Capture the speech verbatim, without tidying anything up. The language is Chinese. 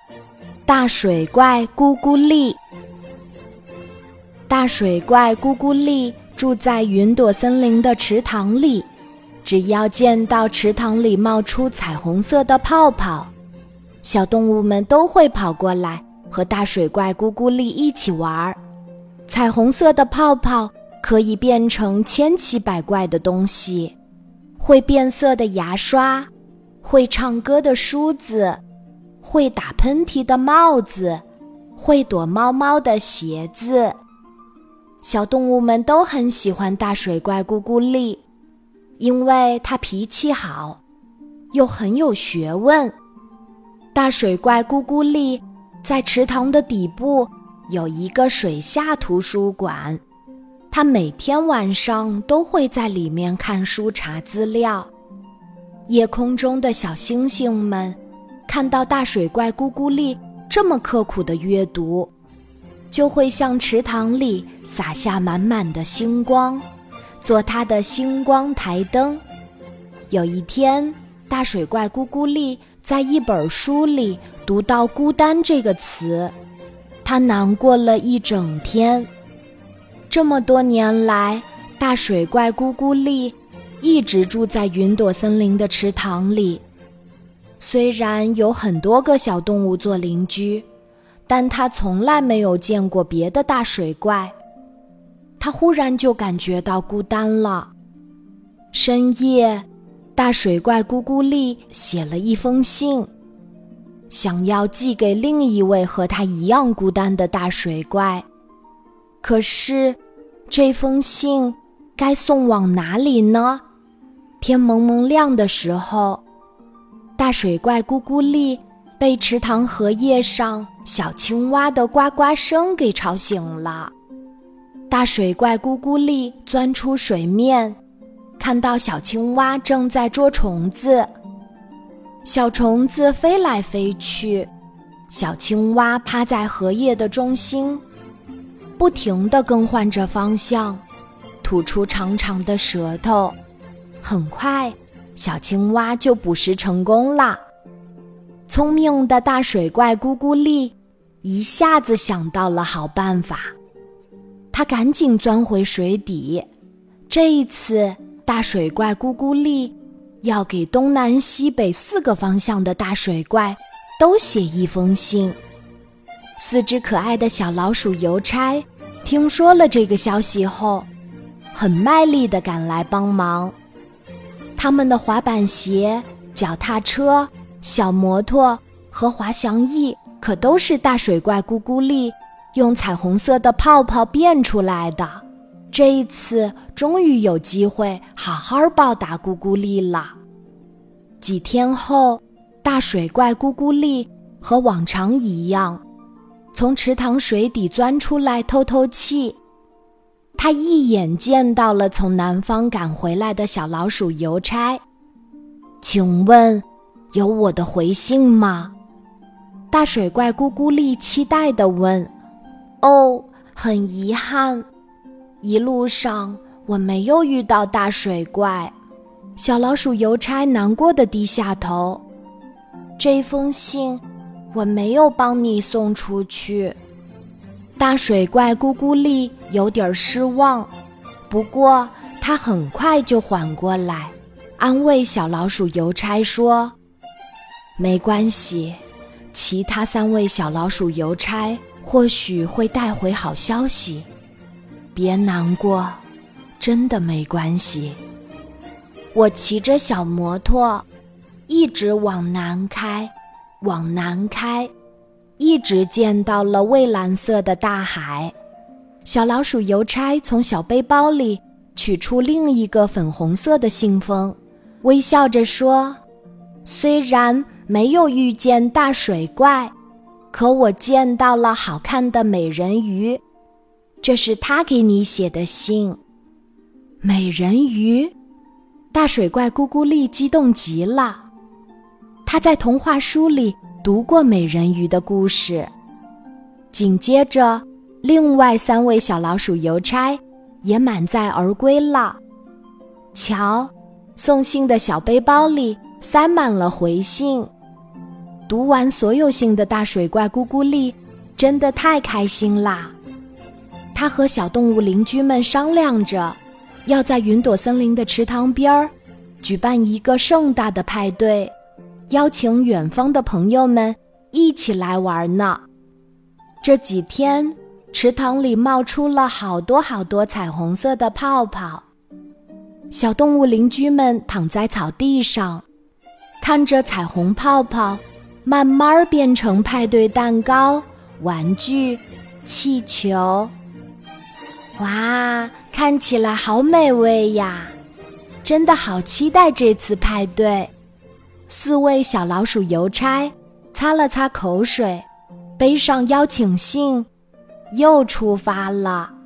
大水怪咕咕粒。大水怪咕咕粒住在云朵森林的池塘里，只要见到池塘里冒出彩虹色的泡泡，小动物们都会跑过来和大水怪咕咕粒一起玩。彩虹色的泡泡可以变成千奇百怪的东西，会变色的牙刷，会唱歌的梳子，会打喷嚏的帽子，会躲猫猫的鞋子。小动物们都很喜欢大水怪咕咕粒，因为它脾气好，又很有学问。大水怪咕咕粒在池塘的底部有一个水下图书馆，它每天晚上都会在里面看书查资料。夜空中的小星星们看到大水怪咕咕粒这么刻苦的阅读，就会向池塘里洒下满满的星光，做它的星光台灯。有一天，大水怪咕咕粒在一本书里读到孤单这个词，他难过了一整天。这么多年来，大水怪咕咕粒一直住在云朵森林的池塘里。虽然有很多个小动物做邻居，但他从来没有见过别的大水怪。他忽然就感觉到孤单了。深夜，大水怪咕咕粒写了一封信，想要寄给另一位和他一样孤单的大水怪。可是，这封信该送往哪里呢？天蒙蒙亮的时候，大水怪咕咕粒被池塘荷叶上小青蛙的呱呱声给吵醒了。大水怪咕咕粒钻出水面，看到小青蛙正在捉虫子。小虫子飞来飞去，小青蛙趴在荷叶的中心，不停地更换着方向，吐出长长的舌头。很快，小青蛙就捕食成功了。聪明的大水怪咕咕粒一下子想到了好办法，他赶紧钻回水底。这一次，大水怪咕咕粒要给东南西北四个方向的大水怪都写一封信。四只可爱的小老鼠邮差听说了这个消息后，很卖力地赶来帮忙。他们的滑板鞋、脚踏车、小摩托和滑翔翼可都是大水怪咕咕粒用彩虹色的泡泡变出来的。这一次终于有机会好好报答咕咕粒了。几天后，大水怪咕咕粒和往常一样，从池塘水底钻出来透透气。他一眼见到了从南方赶回来的小老鼠邮差。请问，有我的回信吗？大水怪咕咕粒期待地问。哦，很遗憾，一路上我没有遇到大水怪。小老鼠邮差难过地低下头。这封信我没有帮你送出去。大水怪咕咕粒有点失望，不过他很快就缓过来，安慰小老鼠邮差说：没关系，其他三位小老鼠邮差或许会带回好消息，别难过，真的没关系。我骑着小摩托，一直往南开，往南开，一直见到了蔚蓝色的大海。小老鼠邮差从小背包里取出另一个粉红色的信封，微笑着说：虽然没有遇见大水怪，可我见到了好看的美人鱼，这是他给你写的信。美人鱼？大水怪咕咕粒激动极了。他在童话书里读过美人鱼的故事。紧接着，另外三位小老鼠邮差也满载而归了。瞧，送信的小背包里塞满了回信。 读完所有信的大水怪咕咕丽真的太开心啦！他和小动物邻居们商量着，要在云朵森林的池塘边儿举办一个盛大的派对，邀请远方的朋友们一起来玩呢。这几天，池塘里冒出了好多好多彩虹色的泡泡。小动物邻居们躺在草地上，看着彩虹泡泡慢慢变成派对蛋糕、玩具、气球。哇，看起来好美味呀！真的好期待这次派对。四位小老鼠邮差擦了擦口水，背上邀请信，又出发了。